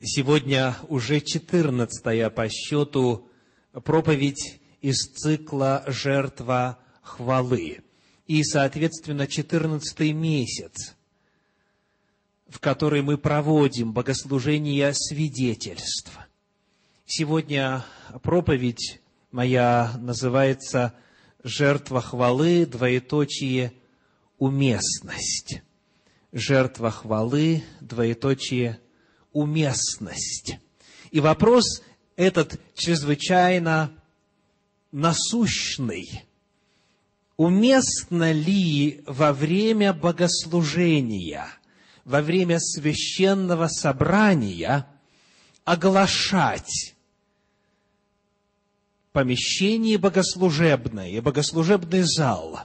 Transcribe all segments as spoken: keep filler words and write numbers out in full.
Сегодня уже четырнадцатая по счету проповедь из цикла «Жертва хвалы». И, соответственно, четырнадцатый месяц, в который мы проводим богослужение свидетельств. Сегодня проповедь моя называется «Жертва хвалы, двоеточие, уместность». Жертва хвалы, двоеточие, уместность. И вопрос этот чрезвычайно насущный. Уместно ли во время богослужения, во время священного собрания оглашать помещение богослужебное, богослужебный зал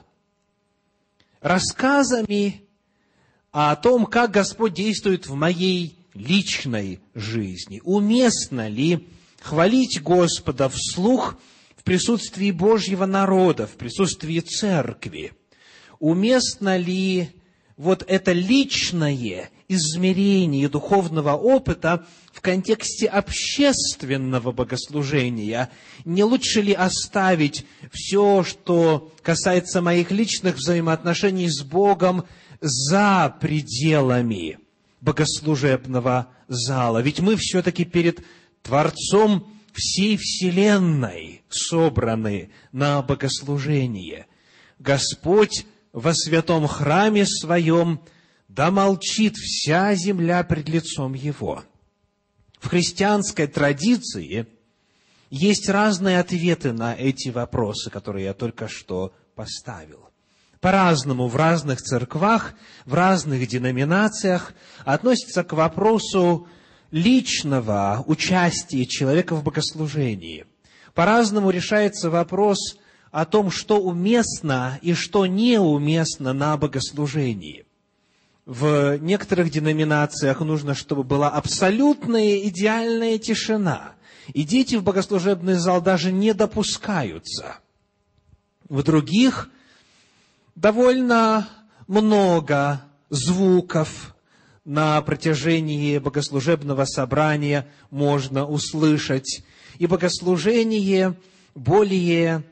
рассказами о том, как Господь действует в моей личной жизни? Уместно ли хвалить Господа вслух в присутствии Божьего народа, в присутствии церкви? Уместно ли вот это личное измерение духовного опыта в контексте общественного богослужения? Не лучше ли оставить все, что касается моих личных взаимоотношений с Богом, за пределами богослужебного зала? Ведь мы все-таки перед Творцом всей вселенной собраны на богослужение. Господь во святом храме Своем, да молчит вся земля пред лицом Его. В христианской традиции есть разные ответы на эти вопросы, которые я только что поставил. По-разному в разных церквах, в разных деноминациях относятся к вопросу личного участия человека в богослужении. По-разному решается вопрос о том, что уместно и что неуместно на богослужении. В некоторых деноминациях нужно, чтобы была абсолютная идеальная тишина, и дети в богослужебный зал даже не допускаются. В других довольно много звуков на протяжении богослужебного собрания можно услышать, и богослужение более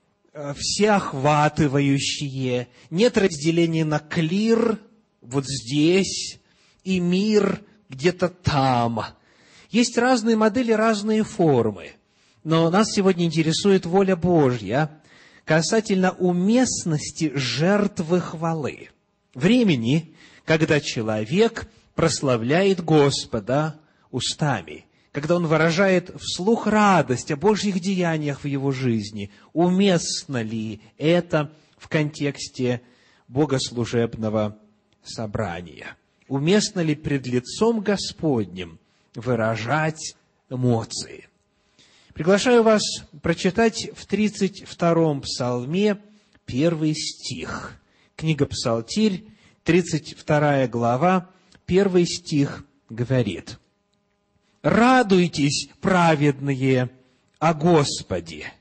всеохватывающее, нет разделения на клир вот здесь и мир где-то там. Есть разные модели, разные формы, но нас сегодня интересует воля Божья касательно уместности жертвы хвалы, времени, когда человек прославляет Господа устами, когда он выражает вслух радость о Божьих деяниях в его жизни. Уместно ли это в контексте богослужебного собрания? Уместно ли пред лицом Господним выражать эмоции? Приглашаю вас прочитать в тридцать втором псалме первый стих. Книга Псалтирь, тридцать вторая глава, первый стих говорит: «Радуйтесь, праведные, о Господе,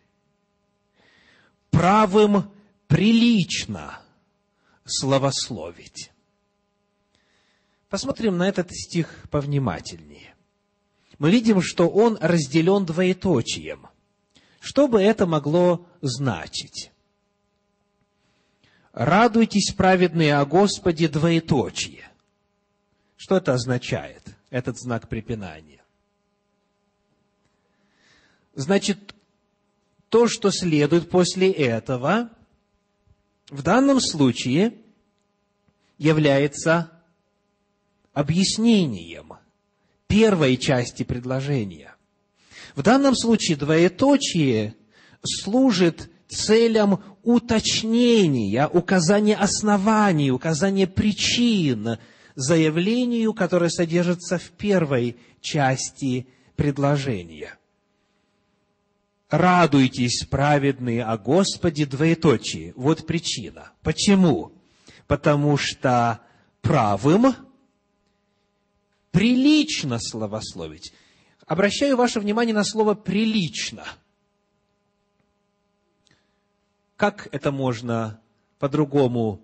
правым прилично славословить». Посмотрим на этот стих повнимательнее. Мы видим, что он разделен двоеточием. Что бы это могло значить? «Радуйтесь, праведные, о Господе, двоеточие». Что это означает, этот знак препинания? Значит, то, что следует после этого, в данном случае является объяснением первой части предложения. В данном случае двоеточие служит целям уточнения, указания оснований, указания причин заявлению, которое содержится в первой части предложения. «Радуйтесь, праведные, о Господе, двоеточие». Вот причина. Почему? Потому что правым прилично славословить. Обращаю ваше внимание на слово «прилично». Как это можно по-другому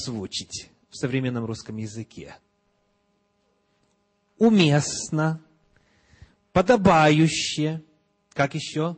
озвучить в современном русском языке? Уместно, подобающе, как еще?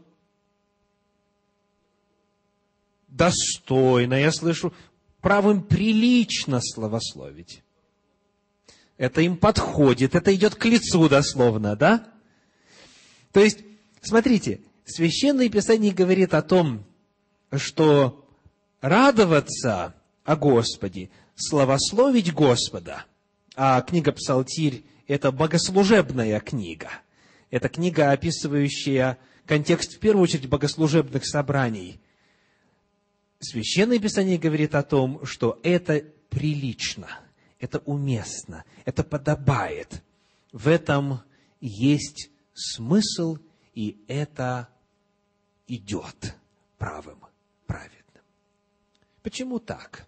Достойно, я слышу, правым прилично славословить. Это им подходит, это идет к лицу дословно, да? То есть, смотрите, Священное Писание говорит о том, что радоваться о Господе, славословить Господа, а книга Псалтирь – это богослужебная книга. Это книга, описывающая контекст, в первую очередь, богослужебных собраний. Священное Писание говорит о том, что это прилично, это уместно, это подобает. В этом есть смысл, и это идет правым, праведным. Почему так?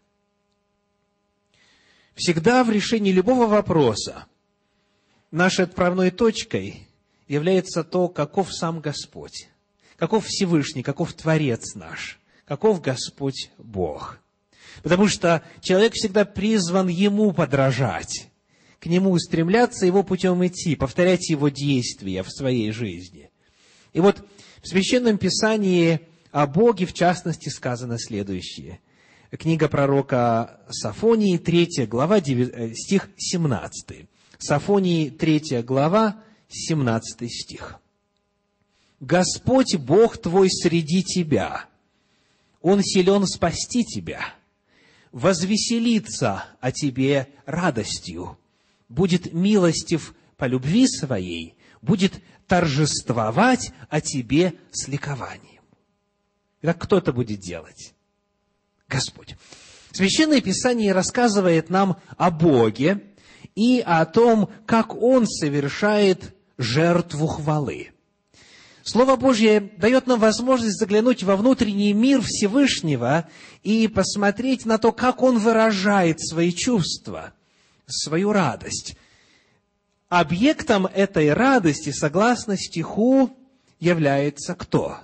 Всегда в решении любого вопроса нашей отправной точкой является то, каков сам Господь, каков Всевышний, каков Творец наш, каков Господь Бог. Потому что человек всегда призван Ему подражать, к Нему устремляться, Его путем идти, повторять Его действия в своей жизни. И вот в Священном Писании о Боге, в частности, сказано следующее. Книга пророка Софонии, третья глава, стих семнадцатый. Софонии, третья глава, семнадцатый стих. «Господь Бог твой среди тебя, Он силен спасти тебя, возвеселится о тебе радостью, будет милостив по любви своей, будет торжествовать о тебе с ликованием». Итак, кто это будет делать? Господь. Священное Писание рассказывает нам о Боге и о том, как Он совершает жертву хвалы. Слово Божье дает нам возможность заглянуть во внутренний мир Всевышнего и посмотреть на то, как Он выражает свои чувства, свою радость. Объектом этой радости, согласно стиху, является кто?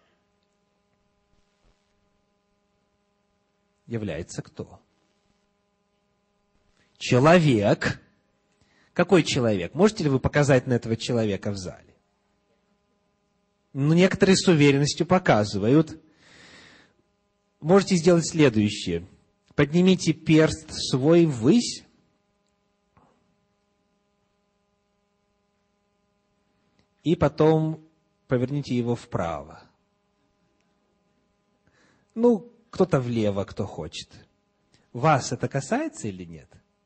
Является кто? Человек. Какой человек? Можете ли вы показать на этого человека в зале? Ну, некоторые с уверенностью показывают. Можете сделать следующее. Поднимите перст свой ввысь. И потом поверните его вправо. Ну, кто-то влево, кто хочет. Вас это касается или нет?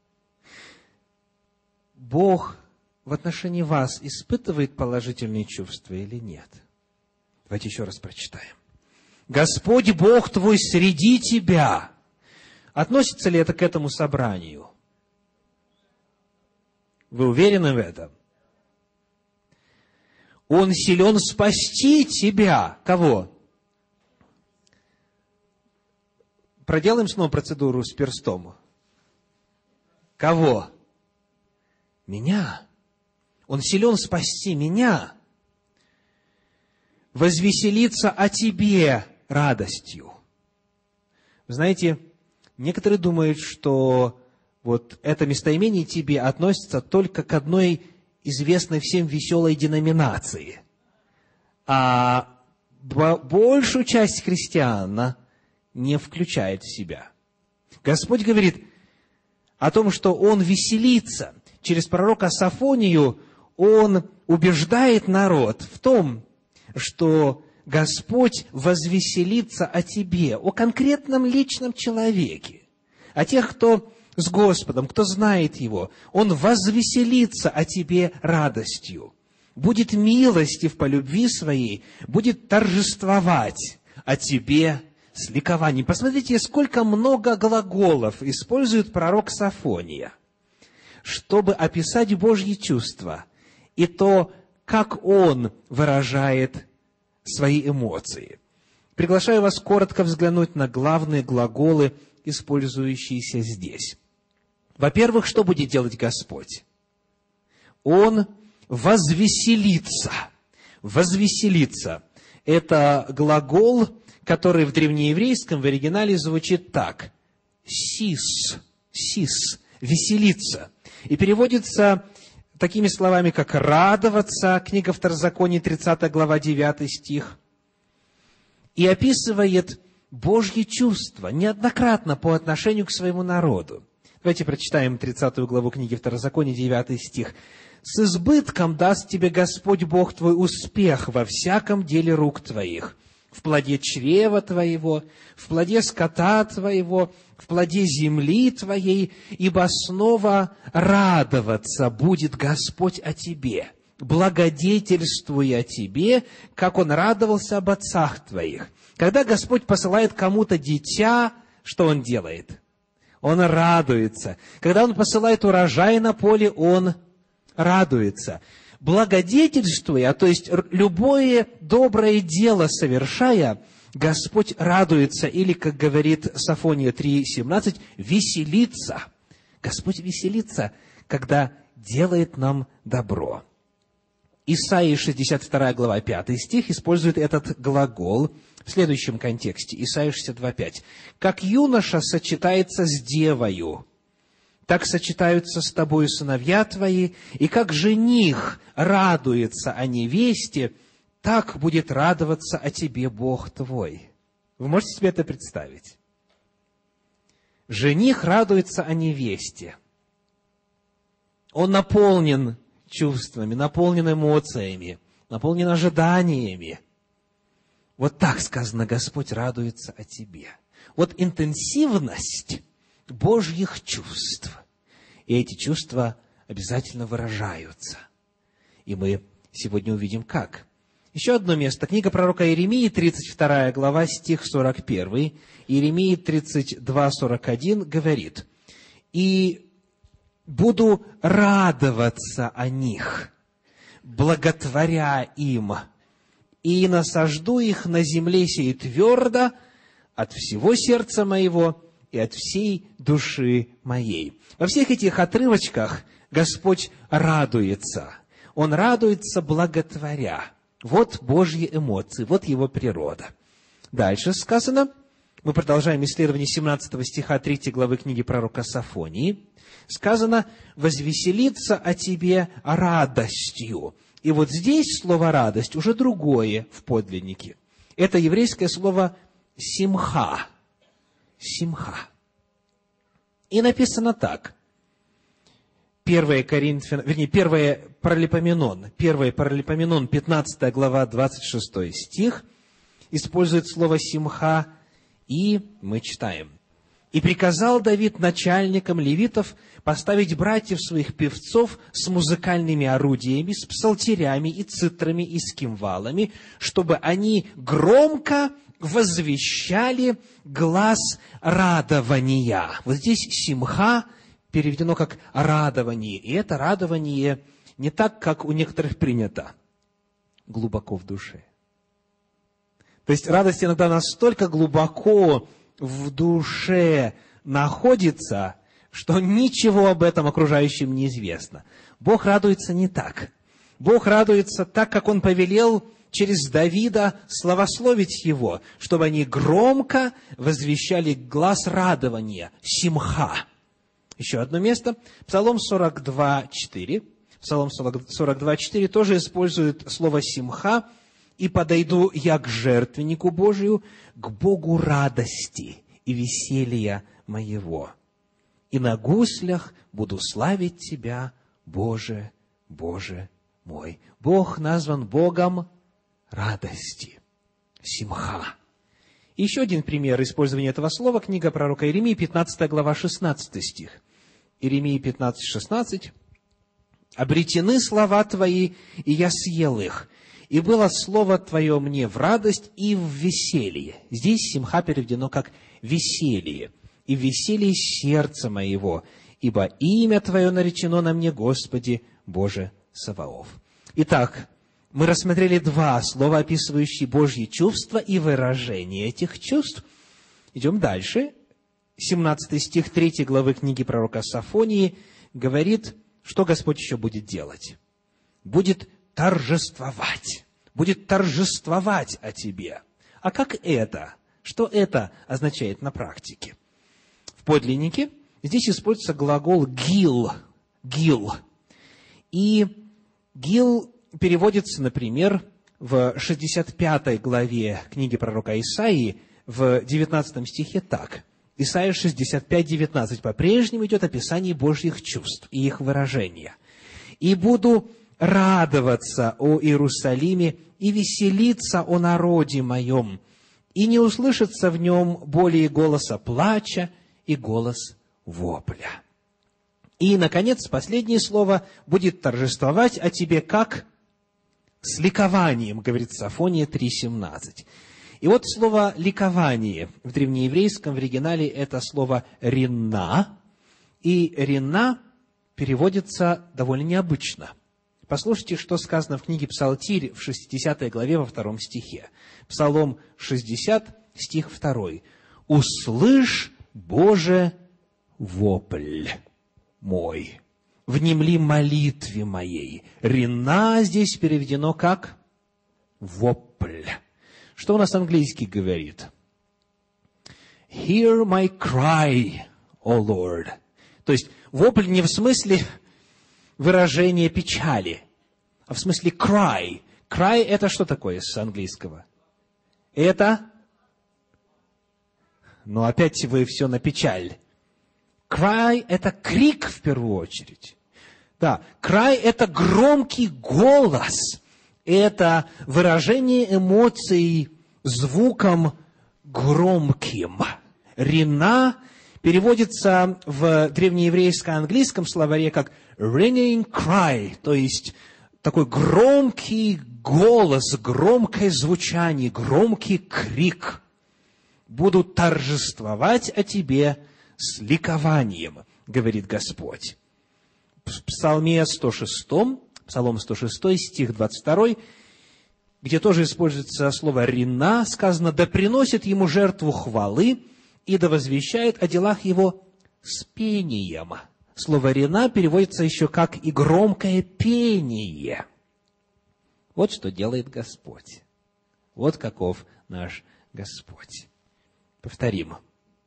Бог в отношении вас испытывает положительные чувства или нет? Давайте еще раз прочитаем. «Господь Бог твой среди тебя». Относится ли это к этому собранию? Вы уверены в этом? Он силен спасти тебя. Кого? Проделаем снова процедуру с перстом. Кого? Меня. Он силен спасти меня. Возвеселиться о тебе радостью. Вы знаете, некоторые думают, что вот это местоимение «тебе» относится только к одной известной всем веселой деноминации. А большую часть христиан не включает в себя. Господь говорит о том, что Он веселится. Через пророка Софонию Он убеждает народ в том, что Господь возвеселится о тебе, о конкретном личном человеке, о тех, кто с Господом, кто знает Его. Он возвеселится о тебе радостью, будет милостив по любви своей, будет торжествовать о тебе с ликованием. Посмотрите, сколько много глаголов использует пророк Софония, чтобы описать Божьи чувства и то, как он выражает свои эмоции. Приглашаю вас коротко взглянуть на главные глаголы, использующиеся здесь. Во-первых, что будет делать Господь? Он возвеселится. Возвеселится. Это глагол, который в древнееврейском, в оригинале звучит так. Сис. Сис. Веселиться. И переводится такими словами, как «радоваться», книга Второзакония, тридцатая глава, девятый стих, и описывает Божьи чувства неоднократно по отношению к своему народу. Давайте прочитаем тридцатую главу книги Второзакония, девятый стих. «С избытком даст тебе Господь Бог твой успех во всяком деле рук твоих, в плоде чрева твоего, в плоде скота твоего, в плоде земли твоей, ибо снова радоваться будет Господь о тебе, благодетельствуя о тебе, как Он радовался об отцах твоих». Когда Господь посылает кому-то дитя, что Он делает? Он радуется. Когда Он посылает урожай на поле, Он радуется. Благодетельствуя, то есть любое доброе дело совершая, Господь радуется, или, как говорит Софония три семнадцать, веселится. Господь веселится, когда делает нам добро. Исаии шестьдесят вторая глава, пятый стих использует этот глагол в следующем контексте. Исаия шестьдесят два пять. «Как юноша сочетается с девою, так сочетаются с тобою сыновья твои, и как жених радуется о невесте, так будет радоваться о тебе Бог твой». Вы можете себе это представить? Жених радуется о невесте. Он наполнен чувствами, наполнен эмоциями, наполнен ожиданиями. Вот так сказано: Господь радуется о тебе. Вот интенсивность Божьих чувств. И эти чувства обязательно выражаются. И мы сегодня увидим, как. Еще одно место. Книга пророка Иеремии, тридцать вторая глава, стих сорок первый. Иеремии тридцать два сорок один говорит: «И буду радоваться о них, благотворя им, и насажду их на земле сей твердо от всего сердца моего и от всей души моей». Во всех этих отрывочках Господь радуется. Он радуется благотворя. Вот Божьи эмоции, вот Его природа. Дальше сказано, мы продолжаем исследование семнадцатого стиха третьей главы книги пророка Софонии. Сказано: «Возвеселиться о тебе радостью». И вот здесь слово «радость» уже другое в подлиннике. Это еврейское слово «симха». Симха. И написано так. первое Коринфянам, вернее, первое Паралипоменон, первое Паралипоменон, пятнадцатая глава, двадцать шестой стих, использует слово «симха», и мы читаем: «И приказал Давид начальникам левитов поставить братьев своих певцов с музыкальными орудиями, с псалтерями и цитрами и с кимвалами, чтобы они громко возвещали глас радования». Вот здесь «симха» переведено как «радование». И это радование не так, как у некоторых принято, глубоко в душе. То есть радость иногда настолько глубоко в душе находится, что ничего об этом окружающим не известно. Бог радуется не так. Бог радуется так, как Он повелел через Давида славословить Его, чтобы они громко возвещали глас радования, симха. Еще одно место. Псалом сорок два четыре. Псалом сорок два четыре тоже использует слово «симха». «И подойду я к жертвеннику Божию, к Богу радости и веселья моего. И на гуслях буду славить Тебя, Боже, Боже мой». Бог назван Богом радости. Симха. И еще один пример использования этого слова. Книга пророка Иеремии, пятнадцатая глава, шестнадцатый стих. Иеремии пятнадцать шестнадцать. «Обретены слова Твои, и я съел их, и было слово Твое мне в радость и в веселье». Здесь симха переведено как «веселье», «и в веселье сердца моего, ибо имя Твое наречено на мне, Господи, Боже Саваоф». Итак, мы рассмотрели два слова, описывающие Божьи чувства и выражение этих чувств. Идем дальше. семнадцатый стих третьей главы книги пророка Софонии говорит, что Господь еще будет делать. Будет торжествовать. Будет торжествовать о тебе. А как это? Что это означает на практике? В подлиннике здесь используется глагол «гил». «Гил». И Гил переводится, например, в шестьдесят пятой главе книги пророка Исаии, в девятнадцатом стихе так. Исайя шестьдесят пять, девятнадцать. По-прежнему идет описание Божьих чувств и их выражения. «И буду радоваться о Иерусалиме и веселиться о народе моем, и не услышится в нем более голоса плача и голос вопля». И, наконец, последнее слово: «будет торжествовать о тебе как с ликованием», говорит Софония три семнадцать. И вот слово «ликование» в древнееврейском, в оригинале это слово «ринна», и «ринна» переводится довольно необычно. Послушайте, что сказано в книге Псалтирь в шестидесятой главе во втором стихе. Псалом шестьдесят, стих второй. «Услышь, Боже, вопль мой, внемли молитве моей». «Рина» здесь переведено как «вопль». Что у нас английский говорит? «Hear my cry, O Lord». То есть, вопль не в смысле выражения печали, а в смысле cry. Cry – это что такое с английского? Это? Ну, опять вы все на печаль. Cry – это крик в первую очередь. Да, cry – это громкий голос. Это выражение эмоций звуком громким. Рина переводится в древнееврейско-английском словаре как ringing cry, то есть такой громкий голос, громкое звучание, громкий крик. «Буду торжествовать о тебе с ликованием», говорит Господь. В Псалме сто шестом, Псалом сто шестой, стих двадцать второй, где тоже используется слово «рина», сказано: «Да приносит ему жертву хвалы и да возвещает о делах его с пением». Слово «рина» переводится еще как и громкое пение. Вот что делает Господь. Вот каков наш Господь. Повторим.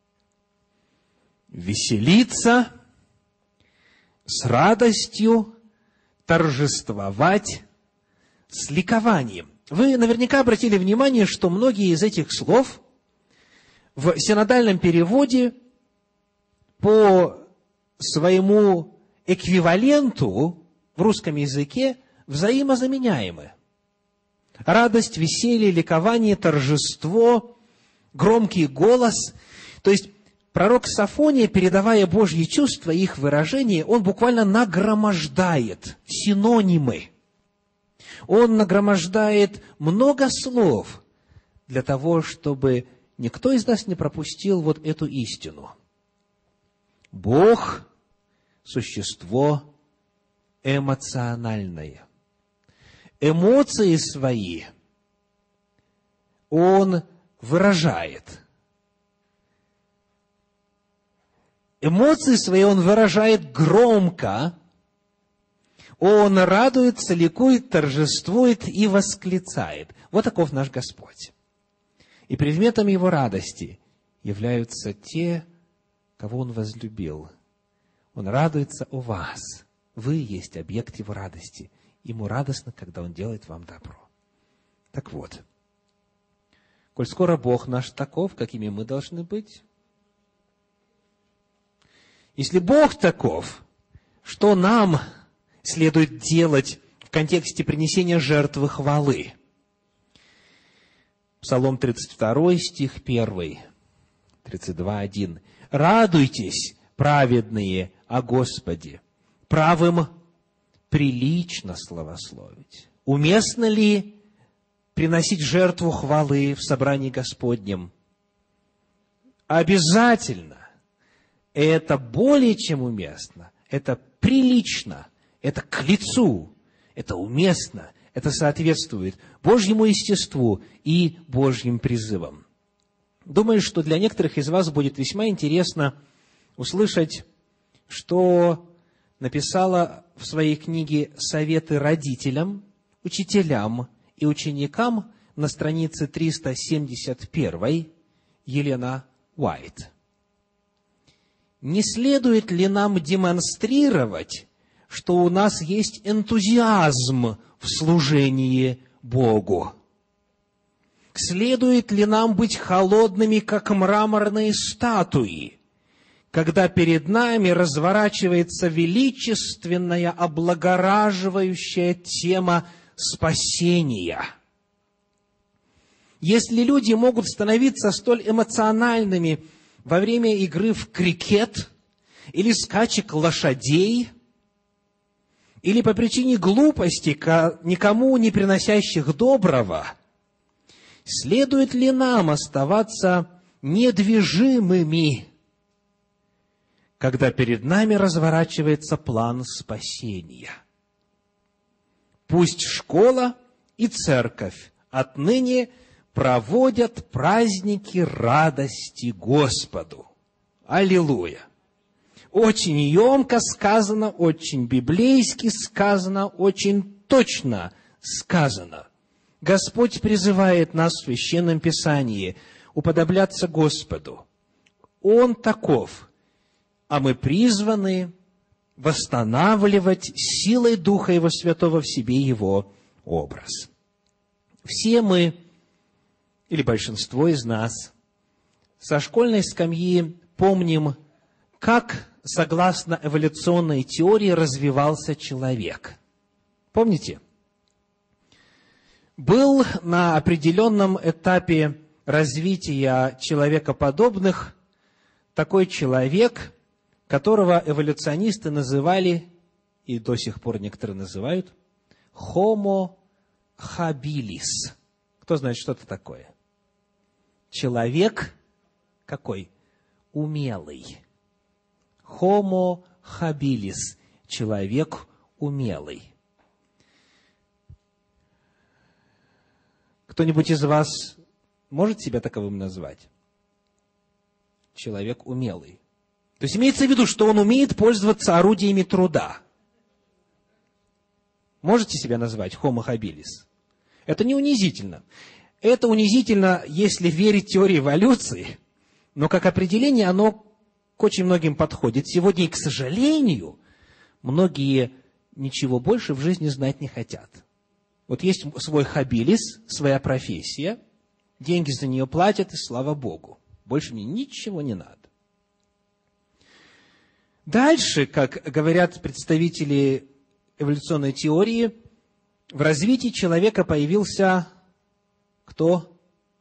Веселиться, с радостью, торжествовать, с ликованием. Вы наверняка обратили внимание, что многие из этих слов в синодальном переводе по своему эквиваленту в русском языке взаимозаменяемы. Радость, веселье, ликование, торжество, громкий голос. То есть пророк Софония, передавая Божьи чувства и их выражения, он буквально нагромождает синонимы. Он нагромождает много слов для того, чтобы никто из нас не пропустил вот эту истину. Бог – существо эмоциональное. Эмоции свои Он выражает. Эмоции свои Он выражает громко. Он радуется, ликует, торжествует и восклицает. Вот таков наш Господь. И предметом Его радости являются те, кого Он возлюбил. Он радуется о вас. Вы есть объект Его радости. Ему радостно, когда Он делает вам добро. Так вот, коль скоро Бог наш таков, какими мы должны быть, если Бог таков, что нам следует делать в контексте принесения жертвы хвалы? Псалом тридцать два, стих один, тридцать два, один. «Радуйтесь, праведные, о Господе, правым прилично славословить». Уместно ли приносить жертву хвалы в собрании Господнем? Обязательно. Это более чем уместно. Это прилично. Это к лицу. Это уместно. Это соответствует Божьему естеству и Божьим призывам. Думаю, что для некоторых из вас будет весьма интересно услышать, что написала в своей книге «Советы родителям, учителям и ученикам» на странице триста семьдесят один Елена Уайт. Не следует ли нам демонстрировать что у нас есть энтузиазм в служении Богу. Следует ли нам быть холодными, как мраморные статуи, когда перед нами разворачивается величественная, облагораживающая тема спасения? Если люди могут становиться столь эмоциональными во время игры в крикет или скачек лошадей, или по причине глупости, никому не приносящих доброго, следует ли нам оставаться недвижимыми, когда перед нами разворачивается план спасения? Пусть школа и церковь отныне проводят праздники радости Господу. Аллилуйя! Очень емко сказано, очень библейски сказано, очень точно сказано. Господь призывает нас в Священном Писании уподобляться Господу. Он таков, а мы призваны восстанавливать силой Духа Его Святого в себе Его образ. Все мы, или большинство из нас, со школьной скамьи помним, как, согласно эволюционной теории, развивался человек. Помните? Был на определенном этапе развития человекоподобных такой человек, которого эволюционисты называли, и до сих пор некоторые называют, Homo habilis. Кто знает, что это такое? Человек какой? Умелый. Homo habilis. Человек умелый. Кто-нибудь из вас может себя таковым назвать? Человек умелый. То есть имеется в виду, что он умеет пользоваться орудиями труда. Можете себя назвать Homo habilis? Это не унизительно. Это унизительно, если верить теории эволюции, но как определение оно к очень многим подходит. Сегодня, и, к сожалению, многие ничего больше в жизни знать не хотят. Вот есть свой хабилис, своя профессия, деньги за нее платят, и слава Богу. Больше мне ничего не надо. Дальше, как говорят представители эволюционной теории, в развитии человека появился кто?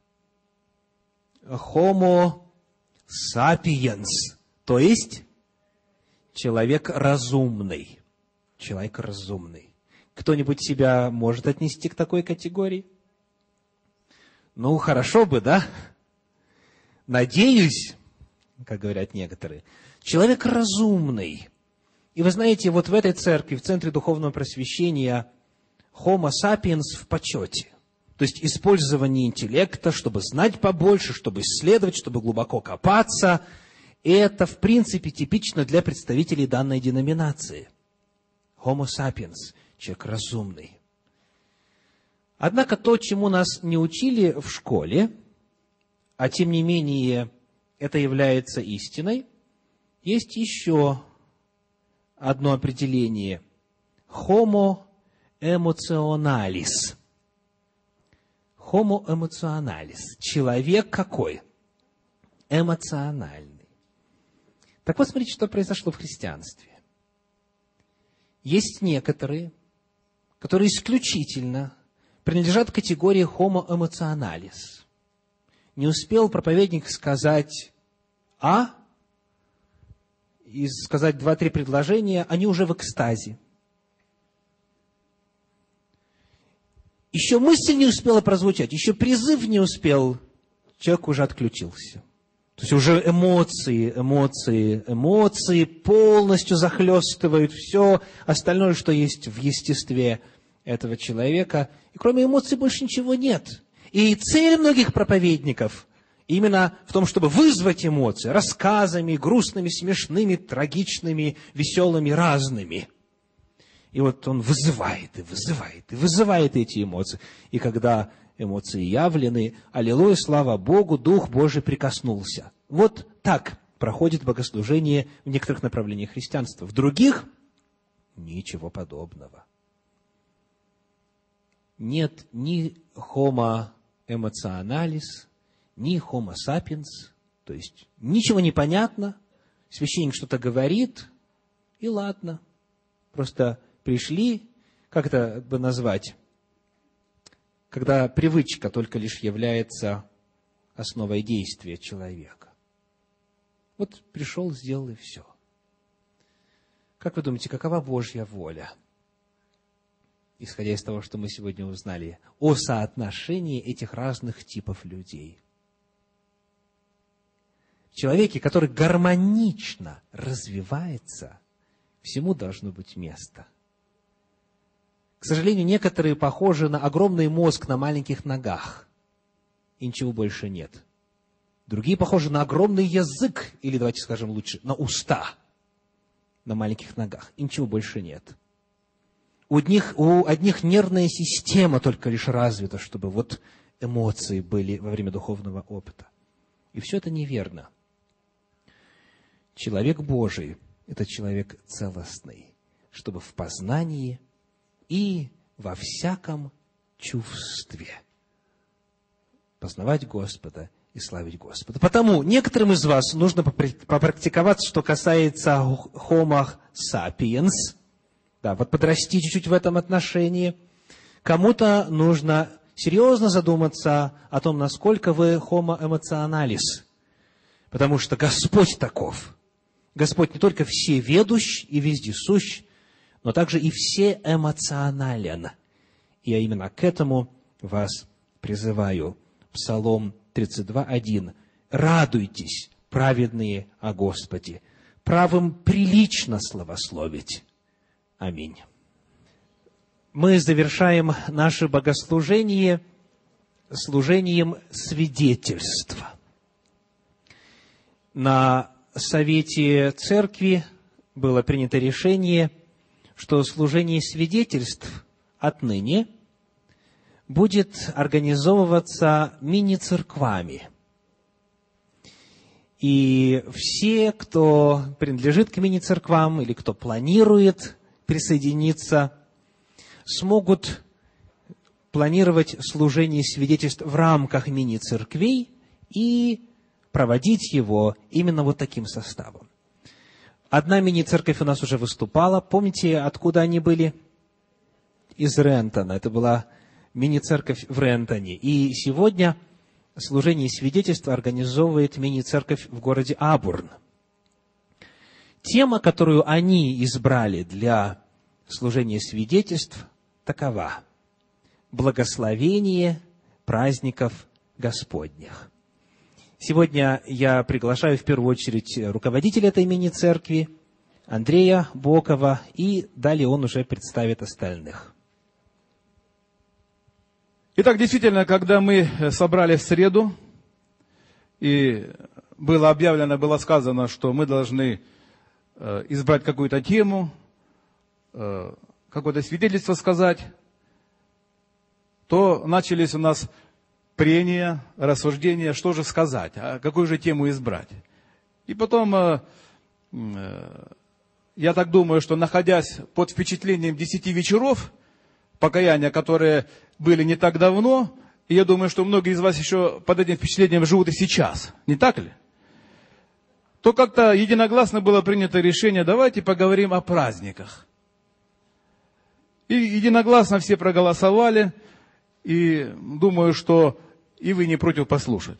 Homo sapiens, то есть человек разумный. Человек разумный. Кто-нибудь себя может отнести к такой категории? Ну, хорошо бы, да? Надеюсь, как говорят некоторые. Человек разумный. И вы знаете, вот в этой церкви, в Центре Духовного Просвещения, Homo sapiens в почете. То есть использование интеллекта, чтобы знать побольше, чтобы исследовать, чтобы глубоко копаться. Это, в принципе, типично для представителей данной деноминации. Homo sapiens, человек разумный. Однако то, чему нас не учили в школе, а тем не менее это является истиной, есть еще одно определение. Homo emotionalis. Homo emotionalis. Человек какой? Эмоциональный. Так вот, смотрите, что произошло в христианстве. Есть некоторые, которые исключительно принадлежат к категории Homo emotionalis. Не успел проповедник сказать «а», и сказать два-три предложения, они уже в экстазе. Еще мысль не успела прозвучать, еще призыв не успел, человек уже отключился. То есть уже эмоции, эмоции, эмоции полностью захлестывают все остальное, что есть в естестве этого человека. И кроме эмоций больше ничего нет. И цель многих проповедников именно в том, чтобы вызвать эмоции рассказами, грустными, смешными, трагичными, веселыми, разными. И вот он вызывает, и вызывает, и вызывает эти эмоции. И когда эмоции явлены, аллилуйя, слава Богу, Дух Божий прикоснулся. Вот так проходит богослужение в некоторых направлениях христианства. В других Ничего подобного. Нет ни homo emotionalis, ни homo sapiens, то есть ничего не понятно, священник что-то говорит, и ладно. Просто пришли, как это бы назвать, когда привычка только лишь является основой действия человека. Вот пришел, сделал и все. Как вы думаете, какова Божья воля? Исходя из того, что мы сегодня узнали о соотношении этих разных типов людей. В человеке, который гармонично развивается, всему должно быть место. К сожалению, некоторые похожи на огромный мозг на маленьких ногах, и ничего больше нет. Другие похожи на огромный язык, или, давайте скажем лучше, на уста на маленьких ногах, и ничего больше нет. У одних, у одних нервная система только лишь развита, чтобы вот эмоции были во время духовного опыта. И все это неверно. Человек Божий – это человек целостный, чтобы в познании и во всяком чувстве познавать Господа и славить Господа. Потому некоторым из вас нужно попрактиковаться, что касается homo sapiens, да, вот подрасти чуть-чуть в этом отношении. Кому-то нужно серьезно задуматься о том, насколько вы homo emotionalis, потому что Господь таков. Господь не только всеведущ и вездесущ, но также и всеэмоционален. И я именно к этому вас призываю. Псалом тридцать два, один. «Радуйтесь, праведные о Господе, правым прилично славословить». Аминь. Мы завершаем наше богослужение служением свидетельства. На совете церкви было принято решение, что служение свидетельств отныне будет организовываться мини-церквами. И все, кто принадлежит к мини-церквам или кто планирует присоединиться, смогут планировать служение свидетельств в рамках мини-церквей и проводить его именно вот таким составом. Одна мини-церковь у нас уже выступала. Помните, откуда они были? Из Рентона. Это была мини-церковь в Рентоне. И сегодня служение свидетельства организовывает мини-церковь в городе Абурн. Тема, которую они избрали для служения свидетельств, такова: благословение праздников Господних. Сегодня я приглашаю в первую очередь руководителя этой мини-церкви, Андрея Бокова, и далее он уже представит остальных. Итак, действительно, когда мы собрались в среду, и было объявлено, было сказано, что мы должны избрать какую-то тему, какое-то свидетельство сказать, то начались у нас прения, рассуждения, что же сказать, а какую же тему избрать. И потом, я так думаю, что находясь под впечатлением десяти вечеров покаяния, которые были не так давно, и я думаю, что многие из вас еще под этим впечатлением живут и сейчас, не так ли? То как-то единогласно было принято решение: давайте поговорим о праздниках. И единогласно все проголосовали, и думаю, что и вы не против послушать.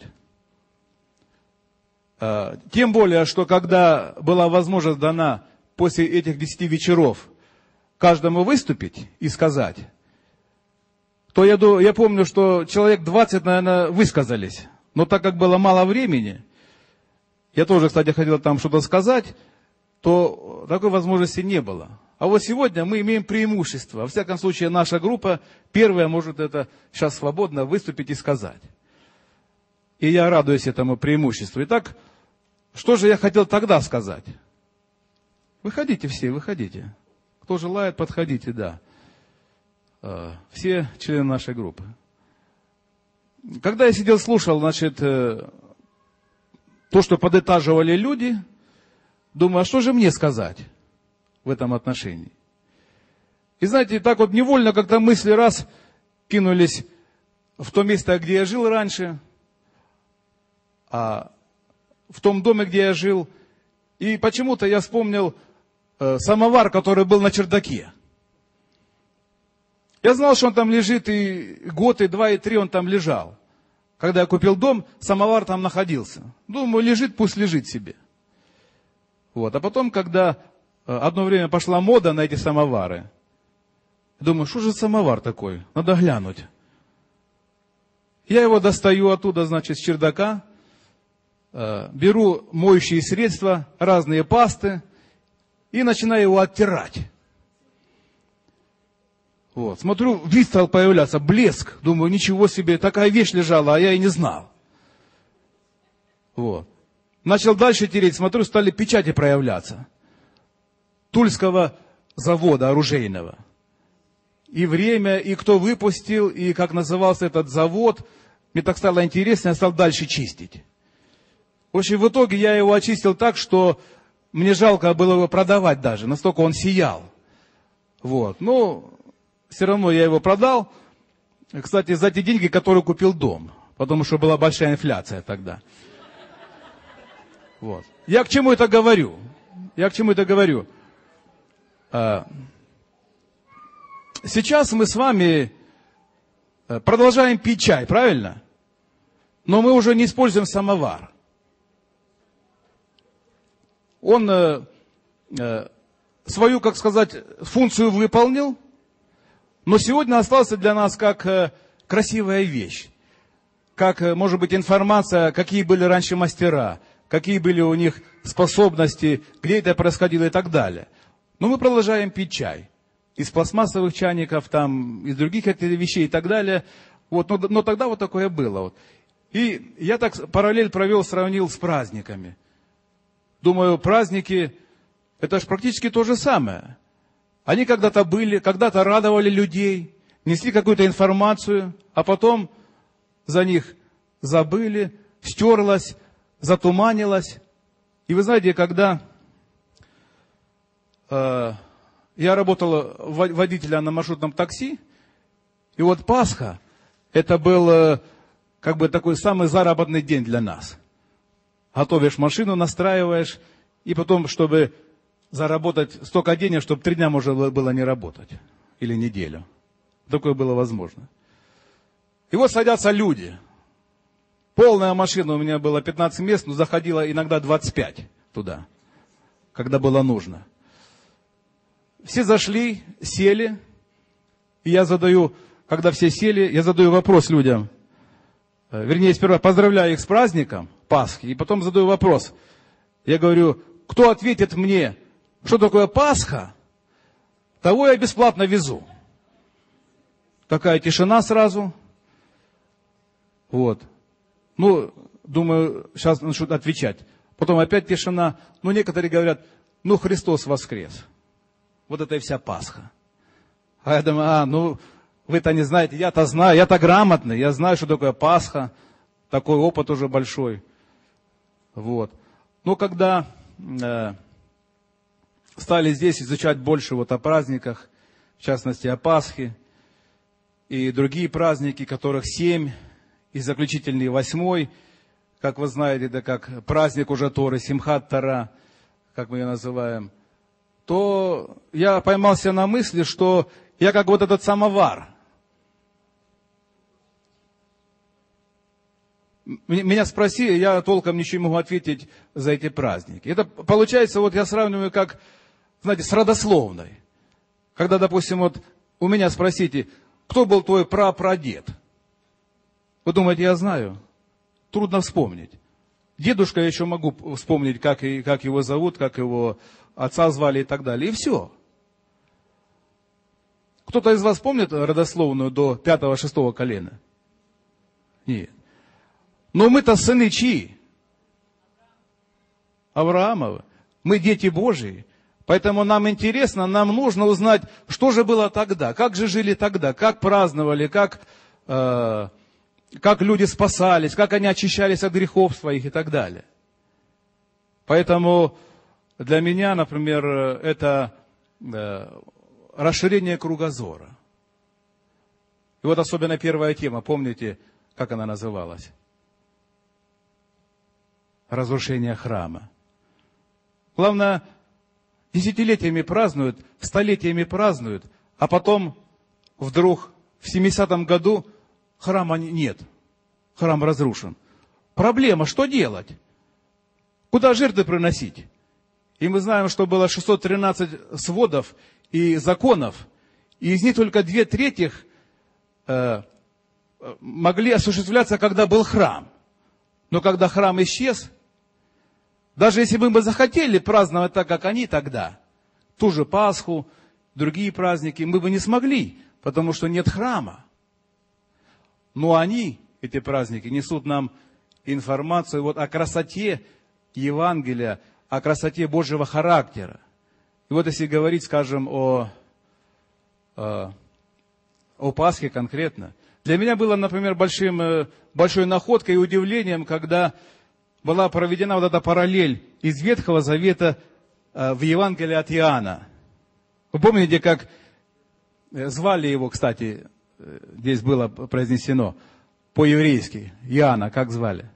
Тем более, что когда была возможность дана после этих десяти вечеров каждому выступить и сказать, то я, я помню, что человек двадцать, наверное, высказались. Но так как было мало времени, я тоже, кстати, хотел там что-то сказать, то такой возможности не было. А вот сегодня мы имеем преимущество. Во всяком случае, наша группа первая может это сейчас свободно выступить и сказать. И я радуюсь этому преимуществу. Итак, что же я хотел тогда сказать? Выходите все, выходите. Кто желает, подходите, да. Все члены нашей группы. Когда я сидел, слушал, значит, то, что подытаживали люди, думаю, а что же мне сказать в этом отношении? И знаете, так вот невольно как-то мысли раз кинулись в то место, где я жил раньше, а в том доме, где я жил. И почему-то я вспомнил э, самовар, который был на чердаке. Я знал, что он там лежит, и год, и два, и три он там лежал. Когда я купил дом, самовар там находился. Думаю, лежит, пусть лежит себе. Вот. А потом, когда одно время пошла мода на эти самовары, думаю, что же самовар такой? Надо глянуть. Я его достаю оттуда, значит, с чердака, беру моющие средства, разные пасты, и начинаю его оттирать. Вот. Смотрю, вид стал появляться, блеск. Думаю, ничего себе, такая вещь лежала, а я и не знал. Вот. Начал дальше тереть, смотрю, стали печати проявляться. Тульского завода оружейного. И время, и кто выпустил, и как назывался этот завод. Мне так стало интересно, я стал дальше чистить. В общем, в итоге я его очистил так, что мне жалко было его продавать даже, настолько он сиял. Вот. Ну, все равно я его продал. Кстати, за те деньги, которые купил дом. Потому что была большая инфляция тогда. Вот. Я к чему это говорю? Я к чему это говорю? Сейчас мы с вами продолжаем пить чай, правильно? Но мы уже не используем самовар. Он э, э, свою, как сказать, функцию выполнил, но сегодня остался для нас как э, красивая вещь. Как, э, может быть, информация, какие были раньше мастера, какие были у них способности, где это происходило и так далее. Но мы продолжаем пить чай. Из пластмассовых чайников, там, из других вещей и так далее. Вот, но, но тогда вот такое было. Вот. И я так параллель провел, сравнил с праздниками. Думаю, праздники, это же практически то же самое. Они когда-то были, когда-то радовали людей, несли какую-то информацию, а потом за них забыли, стерлось, затуманилось. И вы знаете, когда э, я работал водителем на маршрутном такси, и вот Пасха, это был э, как бы такой самый заработный день для нас. Готовишь машину, настраиваешь, и потом, чтобы заработать столько денег, чтобы три дня можно было не работать. Или неделю. Такое было возможно. И вот садятся люди. Полная машина, у меня было пятнадцать мест, но заходило иногда двадцать пять туда, когда было нужно. Все зашли, сели, и я задаю, когда все сели, я задаю вопрос людям. Вернее, сперва поздравляю их с праздником Пасхи, и потом задаю вопрос. Я говорю, кто ответит мне, что такое Пасха, того я бесплатно везу. Такая тишина сразу. Вот. Ну, думаю, сейчас начнут отвечать. Потом опять тишина. Ну, некоторые говорят, ну, Христос воскрес. Вот это и вся Пасха. А я думаю, а, ну, вы-то не знаете, я-то знаю, я-то грамотный, я знаю, что такое Пасха. Такой опыт уже большой. Вот. Но когда э, стали здесь изучать больше вот о праздниках, в частности о Пасхе, и другие праздники, которых семь, и заключительный восьмой, как вы знаете, это как праздник уже Торы, Симхат Тора, как мы ее называем, то я поймался на мысли, что я как вот этот самовар. Меня спросили, я толком ничего не могу ответить за эти праздники. Это получается, вот я сравниваю как, знаете, с родословной. Когда, допустим, вот у меня спросите, кто был твой прапрадед? Вы думаете, я знаю? Трудно вспомнить. Дедушка я еще могу вспомнить, как, и, как его зовут, как его отца звали и так далее. И все. Кто-то из вас помнит родословную до пятого-шестого колена? Нет. Но мы-то сыны чьи? Авраамовы. Мы дети Божии. Поэтому нам интересно, нам нужно узнать, что же было тогда, как же жили тогда, как праздновали, как, э, как люди спасались, как они очищались от грехов своих и так далее. Поэтому для меня, например, это э, расширение кругозора. И вот особенно первая тема, помните, как она называлась? Разрушение храма. Главное, десятилетиями празднуют, столетиями празднуют, а потом вдруг в семидесятом году храма нет. Храм разрушен. Проблема, что делать? Куда жертвы приносить? И мы знаем, что было шестьсот тринадцать сводов и законов, и из них только две трети э, могли осуществляться, когда был храм. Но когда храм исчез, даже если бы мы захотели праздновать так, как они тогда, ту же Пасху, другие праздники, мы бы не смогли, потому что нет храма. Но они, эти праздники, несут нам информацию вот о красоте Евангелия, о красоте Божьего характера. И вот если говорить, скажем, о, о, о Пасхе конкретно, для меня было, например, большим, большой находкой и удивлением, когда была проведена вот эта параллель из Ветхого Завета в Евангелии от Иоанна. Вы помните, как звали его, кстати, здесь было произнесено по-еврейски, Иоанна, как звали?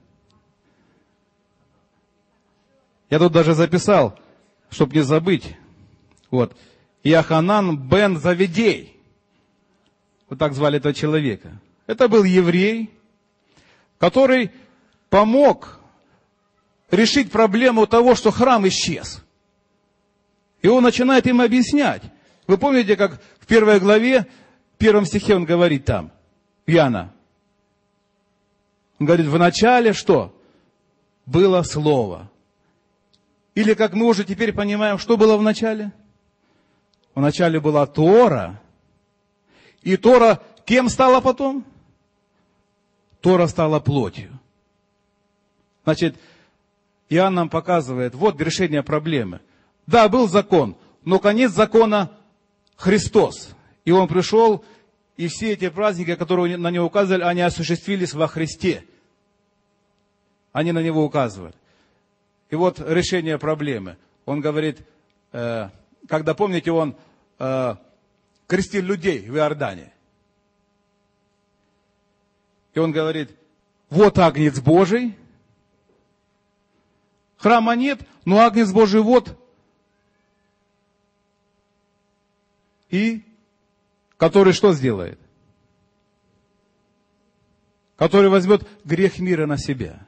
Я тут даже записал, чтобы не забыть. Вот. Иоханан бен Завидей. Вот так звали этого человека. Это был еврей, который помог решить проблему того, что храм исчез. И он начинает им объяснять. Вы помните, как в первой главе, в первом стихе он говорит там, Иоанна. Он говорит, в начале что? Было Слово. Или, как мы уже теперь понимаем, что было в начале? В начале была Тора. И Тора кем стала потом? Тора стала плотью. Значит, Иоанн нам показывает, вот решение проблемы. Да, был закон, но конец закона Христос. И Он пришел, и все эти праздники, которые на Него указывали, они осуществились во Христе. Они на Него указывают. И вот решение проблемы. Он говорит, э, когда, помните, Он э, крестил людей в Иордане. И Он говорит, вот Агнец Божий. Храма нет, но Агнец Божий вот. И который что сделает? Который возьмет грех мира на себя.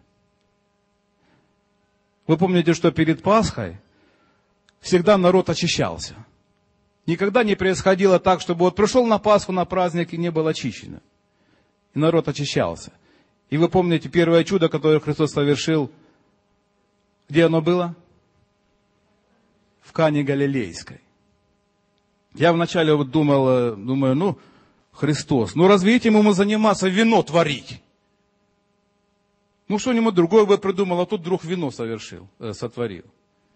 Вы помните, что перед Пасхой всегда народ очищался. Никогда не происходило так, чтобы вот пришел на Пасху, на праздник, и не был очищен. И народ очищался. И вы помните первое чудо, которое Христос совершил, где оно было? В Кане Галилейской. Я вначале вот думал, думаю, ну, Христос, ну разве этим ему заниматься, вино творить? Ну, что-нибудь другое бы придумал, а тут вдруг вино совершил, э, сотворил.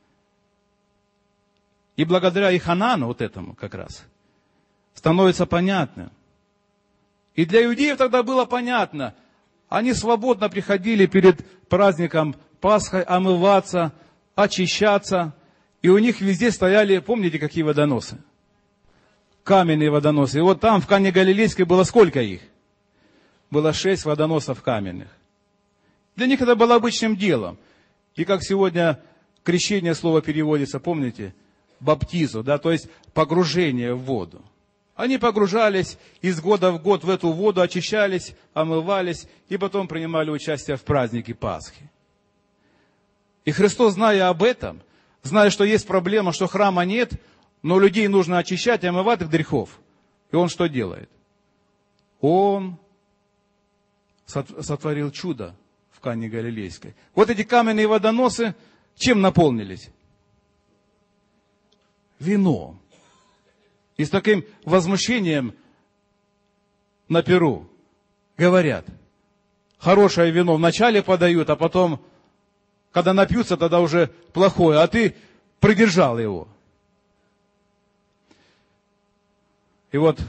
И благодаря Иоханану, вот этому как раз, становится понятно. И для иудеев тогда было понятно. Они свободно приходили перед праздником Пасхой омываться, очищаться. И у них везде стояли, помните, какие водоносы? Каменные водоносы. И вот там, в Кане Галилейской, было сколько их? Было шесть водоносов каменных. Для них это было обычным делом. И как сегодня крещение слово переводится, помните? Баптизу, да, то есть погружение в воду. Они погружались из года в год в эту воду, очищались, омывались, и потом принимали участие в празднике Пасхи. И Христос, зная об этом, зная, что есть проблема, что храма нет, но людей нужно очищать и омывать от грехов. И Он что делает? Он сотворил чудо в Кане Галилейской. Вот эти каменные водоносы чем наполнились? Вином. И с таким возмущением на перу говорят, хорошее вино вначале подают, а потом, когда напьются, тогда уже плохое, а ты придержал его. И вот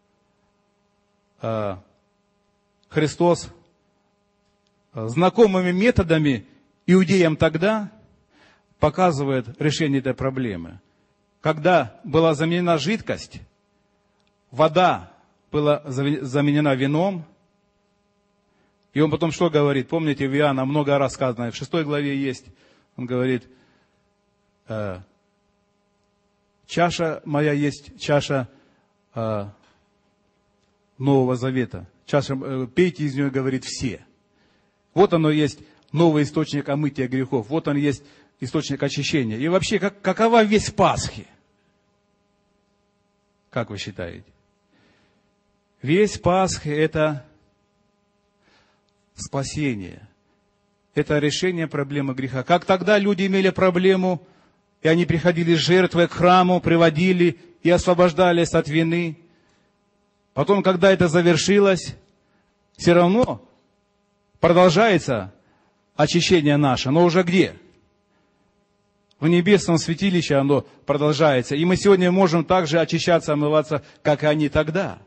э, Христос знакомыми методами иудеям тогда показывает решение этой проблемы. Когда была заменена жидкость вода была заменена вином. И он потом что говорит? Помните, в Иоанна много раз сказано, в шестой главе есть. Он говорит, э, чаша моя есть чаша э, Нового Завета. Чаша, э, пейте из нее, говорит, все. Вот оно есть новый источник омытия грехов. Вот он есть источник очищения. И вообще, как, какова весть Пасхи? Как вы считаете? Весть Пасхи – это спасение. Это решение проблемы греха. Как тогда люди имели проблему, и они приходили с жертвой к храму, приводили и освобождались от вины. Потом, когда это завершилось, все равно продолжается очищение наше. Но уже где? В небесном святилище оно продолжается. И мы сегодня можем также очищаться, омываться, как и они тогда.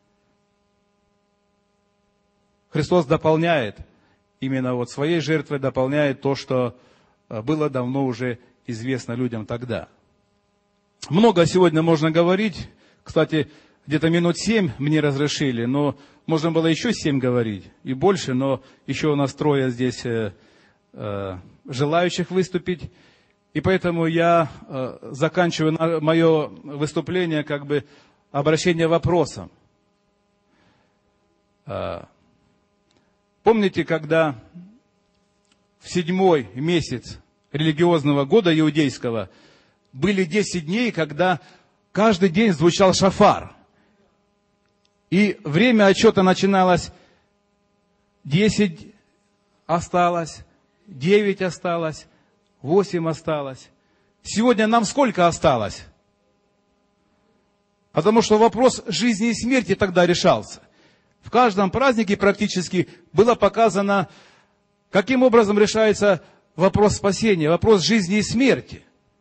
Христос дополняет, именно вот своей жертвой дополняет то, что было давно уже известно людям тогда. Много сегодня можно говорить. Кстати, где-то минут семь мне разрешили, но можно было еще семь говорить и больше, но еще у нас трое здесь э, э, желающих выступить. И поэтому я э, заканчиваю мое выступление как бы обращение вопросом. Э, помните, когда в седьмой месяц религиозного года иудейского были десять дней, когда каждый день звучал шафар. И время отсчета начиналось, десять осталось, девять осталось, восемь осталось. Сегодня нам сколько осталось? Потому что вопрос жизни и смерти тогда решался. В каждом празднике практически было показано, каким образом решается вопрос спасения, вопрос жизни и смерти.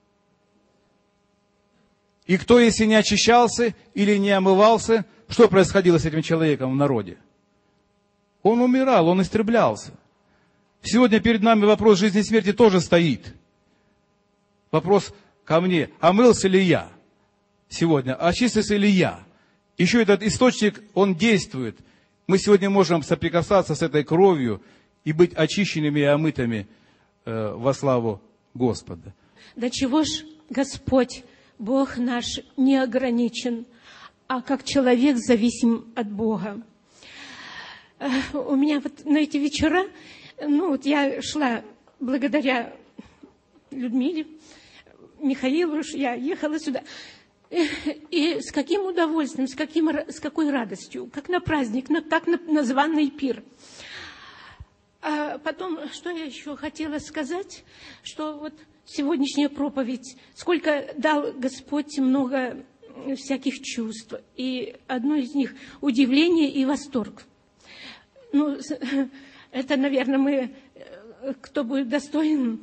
И кто, если не очищался или не омывался, что происходило с этим человеком в народе? Он умирал, он истреблялся. Сегодня перед нами вопрос жизни и смерти тоже стоит. Вопрос ко мне, омылся ли я сегодня, очистился ли я? Еще этот источник, он действует. Мы сегодня можем соприкасаться с этой кровью и быть очищенными и омытыми э, во славу Господа. До чего ж Господь, Бог наш, не ограничен, а как человек зависим от Бога. У меня вот на эти вечера, ну вот я шла благодаря Людмиле, Михаилу, я ехала сюда. И с каким удовольствием, с, каким, с какой радостью, как на праздник, на, как на, на званый пир. А потом, что я еще хотела сказать, что вот сегодняшняя проповедь, сколько дал Господь много всяких чувств. И одно из них – удивление и восторг. Ну, это, наверное, мы, кто будет достоин,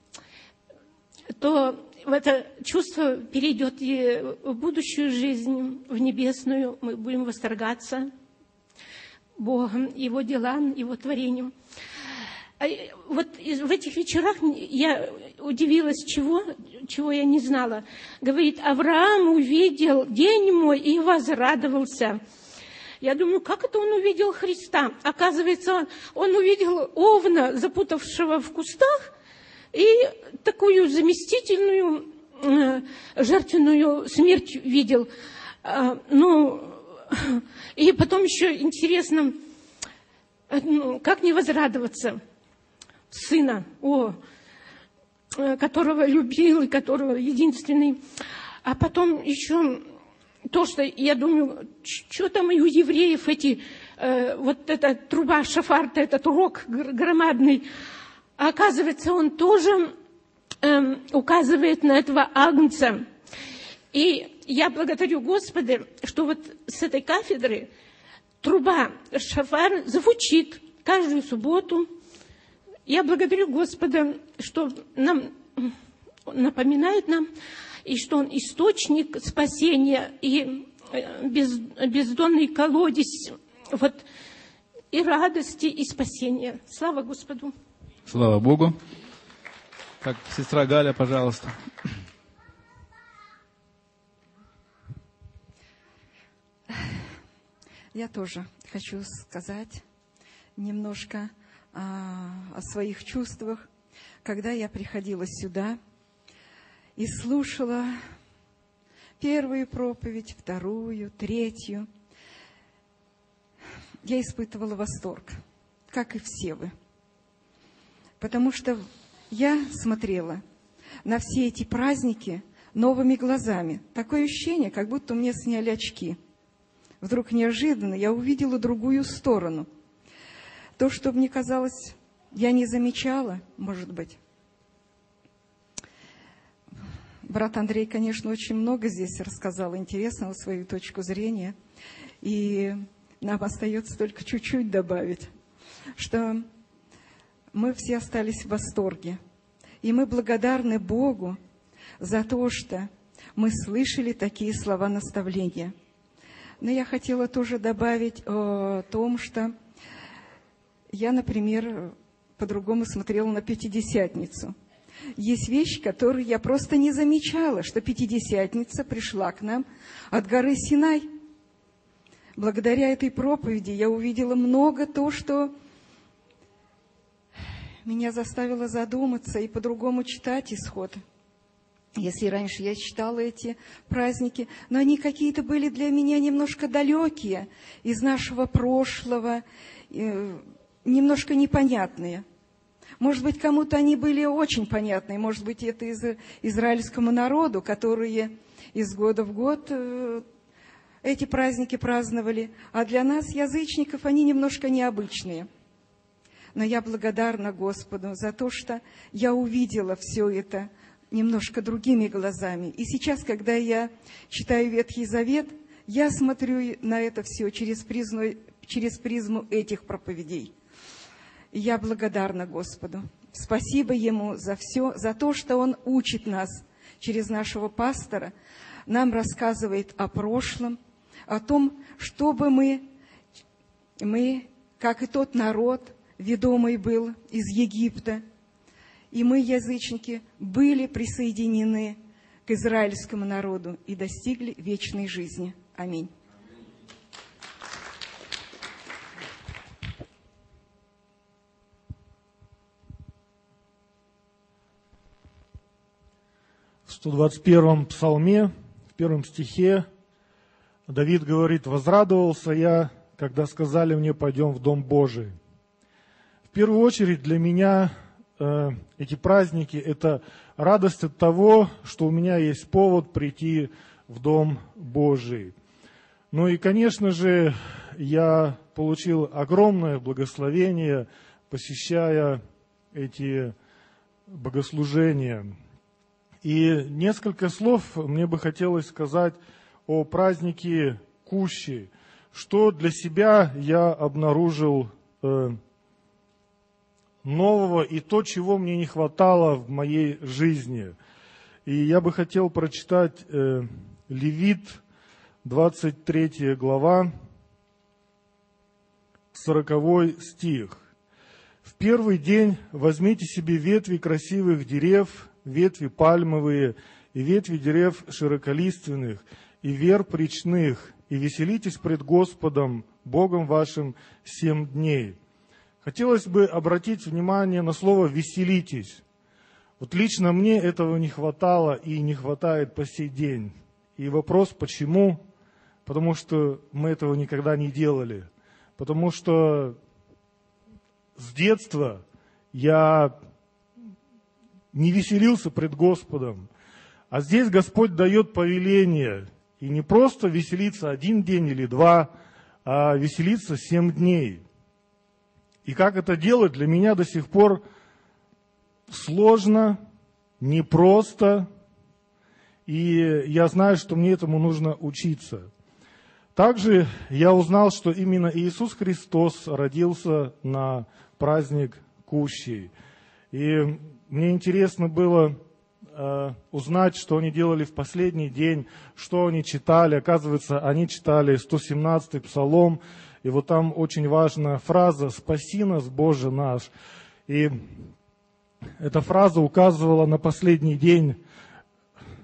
то в это чувство перейдет и в будущую жизнь, в небесную. Мы будем восторгаться Богом, Его делам, Его творением. Вот в этих вечерах я удивилась, чего, чего я не знала. Говорит, Авраам увидел день мой и возрадовался. Я думаю, как это он увидел Христа? Оказывается, он увидел овна, запутавшего в кустах, и такую заместительную э, жертвенную смерть видел. А, ну, и потом еще интересно, ну, как не возрадоваться сына, о, которого любил и которого единственный. А потом еще то, что я думаю, что там и у евреев эти, э, вот эта труба шафар, этот урок громадный, а оказывается, он тоже э, указывает на этого агнца. И я благодарю Господа, что вот с этой кафедры труба шафар звучит каждую субботу. Я благодарю Господа, что нам напоминает нам, и что Он источник спасения, и без, бездонный колодец вот, и радости, и спасения. Слава Господу! Слава Богу! Так, сестра Галя, пожалуйста. Я тоже хочу сказать немножко а, о своих чувствах, когда я приходила сюда и слушала первую проповедь, вторую, третью. Я испытывала восторг, как и все вы. Потому что я смотрела на все эти праздники новыми глазами. Такое ощущение, как будто мне сняли очки. Вдруг неожиданно я увидела другую сторону. То, что мне казалось, я не замечала, может быть. Брат Андрей, конечно, очень много здесь рассказал интересного, свою точку зрения. И нам остается только чуть-чуть добавить, что мы все остались в восторге. И мы благодарны Богу за то, что мы слышали такие слова наставления. Но я хотела тоже добавить о том, что я, например, по-другому смотрела на Пятидесятницу. Есть вещь, которую я просто не замечала, что Пятидесятница пришла к нам от горы Синай. Благодаря этой проповеди я увидела много то, что меня заставило задуматься и по-другому читать Исход. Если раньше я читала эти праздники, но они какие-то были для меня немножко далекие, из нашего прошлого, немножко непонятные. Может быть, кому-то они были очень понятны, может быть, это из израильскому народу, которые из года в год эти праздники праздновали, а для нас, язычников, они немножко необычные. Но я благодарна Господу за то, что я увидела все это немножко другими глазами. И сейчас, когда я читаю Ветхий Завет, я смотрю на это все через призму, через призму этих проповедей. И я благодарна Господу. Спасибо Ему за все, за то, что Он учит нас через нашего пастора, нам рассказывает о прошлом, о том, чтобы мы, мы, как и тот народ, ведомый был из Египта, и мы, язычники, были присоединены к израильскому народу и достигли вечной жизни. Аминь. В сто двадцать первом псалме, в первом стихе, Давид говорит: «Возрадовался я, когда сказали мне, пойдем в Дом Божий». В первую очередь для меня э, эти праздники – это радость от того, что у меня есть повод прийти в Дом Божий. Ну и, конечно же, я получил огромное благословение, посещая эти богослужения. И несколько слов мне бы хотелось сказать о празднике Кущи, что для себя я обнаружил э, нового и то, чего мне не хватало в моей жизни. И я бы хотел прочитать э, Левит, двадцать третья глава, сороковой стих. «В первый день возьмите себе ветви красивых дерев, ветви пальмовые и ветви дерев широколиственных, и верб речных, и веселитесь пред Господом, Богом вашим, семь дней». Хотелось бы обратить внимание на слово «веселитесь». Вот лично мне этого не хватало и не хватает по сей день. И вопрос, почему? Потому что мы этого никогда не делали. Потому что с детства я не веселился пред Господом. А здесь Господь дает повеление. И не просто веселиться один день или два, а веселиться семь дней. И как это делать, для меня до сих пор сложно, непросто. И я знаю, что мне этому нужно учиться. Также я узнал, что именно Иисус Христос родился на праздник Кущей. И мне интересно было э, узнать, что они делали в последний день, что они читали. Оказывается, они читали сто семнадцатый псалом. И вот там очень важная фраза «Спаси нас, Боже наш». И эта фраза указывала на последний день,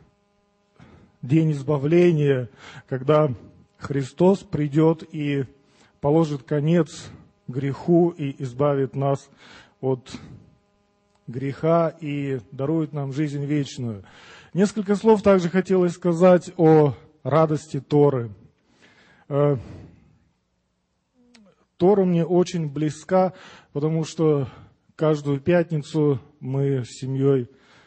день избавления, когда Христос придет и положит конец греху и избавит нас от греха и дарует нам жизнь вечную. Несколько слов также хотелось сказать о радости Торы. Тора мне очень близка, потому что каждую пятницу мы с семьей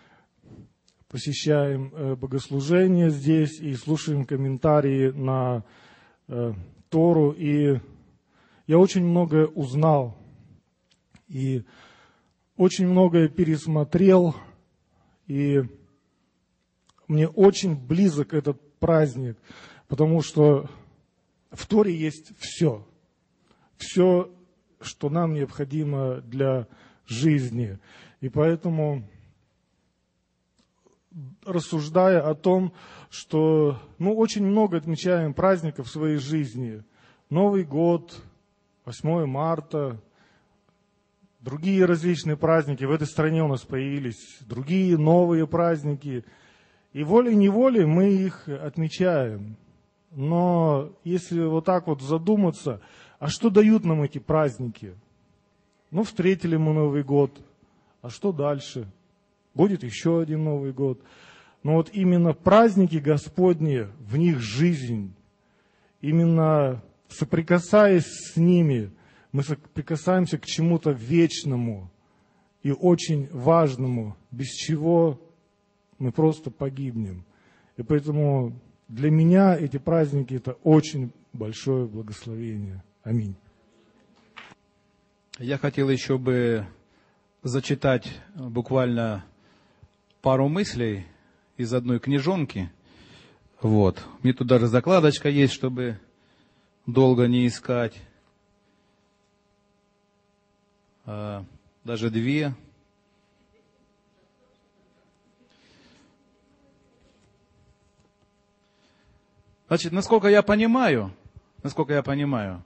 посещаем богослужение здесь и слушаем комментарии на Тору. И я очень многое узнал и очень многое пересмотрел. И мне очень близок этот праздник, потому что в Торе есть все. Все, что нам необходимо для жизни. И поэтому, рассуждая о том, что ну, очень много отмечаем праздников в своей жизни. Новый год, восьмое марта, другие различные праздники. В этой стране у нас появились другие новые праздники. И волей-неволей мы их отмечаем. Но если вот так вот задуматься, а что дают нам эти праздники? Ну, встретили мы Новый год. А что дальше? Будет еще один Новый год. Но вот именно праздники Господни, в них жизнь. Именно соприкасаясь с ними, мы соприкасаемся к чему-то вечному и очень важному, без чего мы просто погибнем. И поэтому для меня эти праздники – это очень большое благословение. Аминь. Я хотел еще бы зачитать буквально пару мыслей из одной книжонки. Вот. Мне тут даже закладочка есть, чтобы долго не искать. А, даже две. Значит, насколько я понимаю, насколько я понимаю,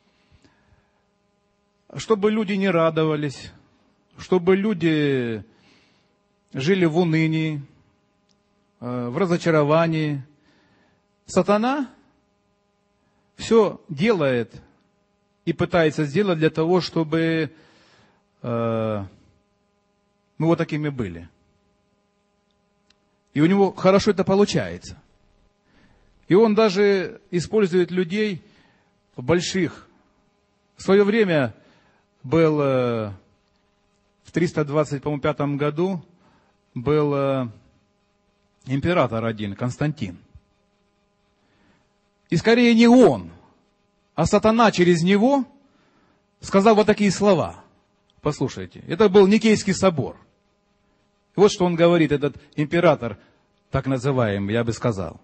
чтобы люди не радовались, чтобы люди жили в унынии, в разочаровании, сатана все делает и пытается сделать для того, чтобы мы вот такими были. И у него хорошо это получается. И он даже использует людей больших. В свое время был в триста двадцать пятом году был император один, Константин. И скорее не он, а сатана через него сказал вот такие слова. Послушайте, это был Никейский собор. И вот что он говорит, этот император, так называемый, я бы сказал.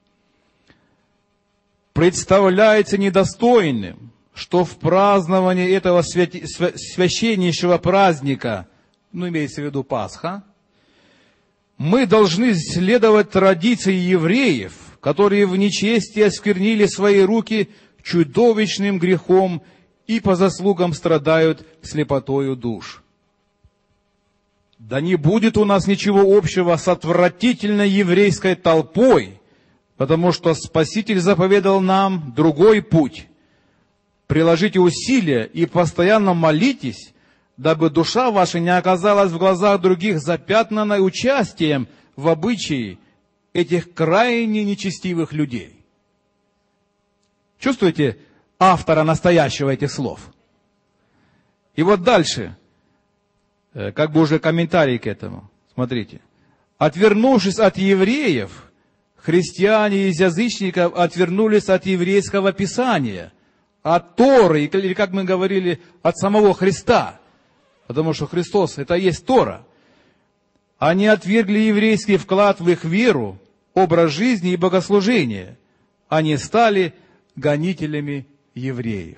Представляется недостойным, что в праздновании этого святи... священнейшего праздника, ну, имеется в виду Пасха, мы должны следовать традиции евреев, которые в нечестии осквернили свои руки чудовищным грехом и по заслугам страдают слепотою душ. Да не будет у нас ничего общего с отвратительной еврейской толпой, потому что Спаситель заповедал нам другой путь. Приложите усилия и постоянно молитесь, дабы душа ваша не оказалась в глазах других запятнанной участием в обычае этих крайне нечестивых людей. Чувствуете автора настоящего этих слов? И вот дальше, как бы уже комментарий к этому. Смотрите. Отвернувшись от евреев, христиане из язычников отвернулись от еврейского писания, от Торы, или, как мы говорили, от самого Христа. Потому что Христос – это и есть Тора. Они отвергли еврейский вклад в их веру, образ жизни и богослужения. Они стали гонителями евреев.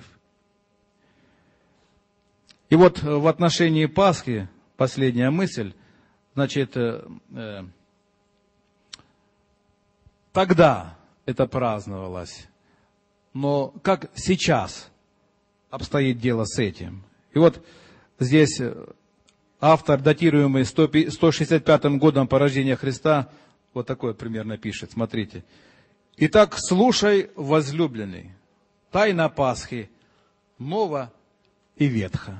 И вот в отношении Пасхи последняя мысль. Значит, э, тогда это праздновалось. Но как сейчас обстоит дело с этим? И вот здесь автор, датируемый сто шестьдесят пятым годом по рождению Христа, вот такое примерно пишет. Смотрите. «Итак, слушай, возлюбленный, тайна Пасхи ново и ветхо.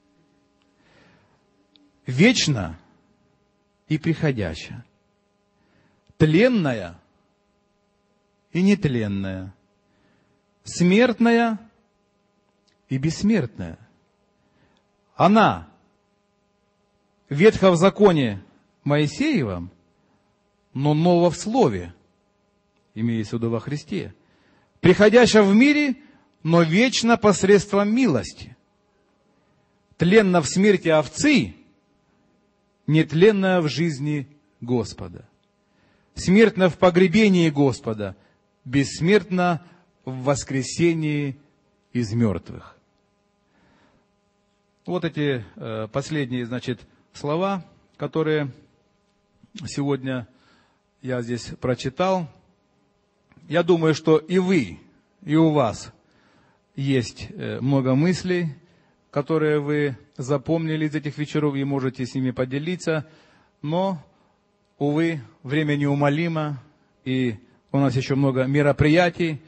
Вечно и приходящее. Тленное и нетленное. Смертное и бессмертное. Она ветха в законе Моисеевом, но ново в слове, имеется в виду во Христе. Приходящая в мире, но вечно посредством милости. Тленно в смерти овцы, нетленная в жизни Господа. Смертно в погребении Господа, бессмертно в воскресении из мертвых. Вот эти э, последние, значит, слова, которые сегодня я здесь прочитал. Я думаю, что и вы, и у вас есть э, много мыслей, которые вы запомнили из этих вечеров и можете с ними поделиться. Но, увы, время неумолимо, и у нас еще много мероприятий,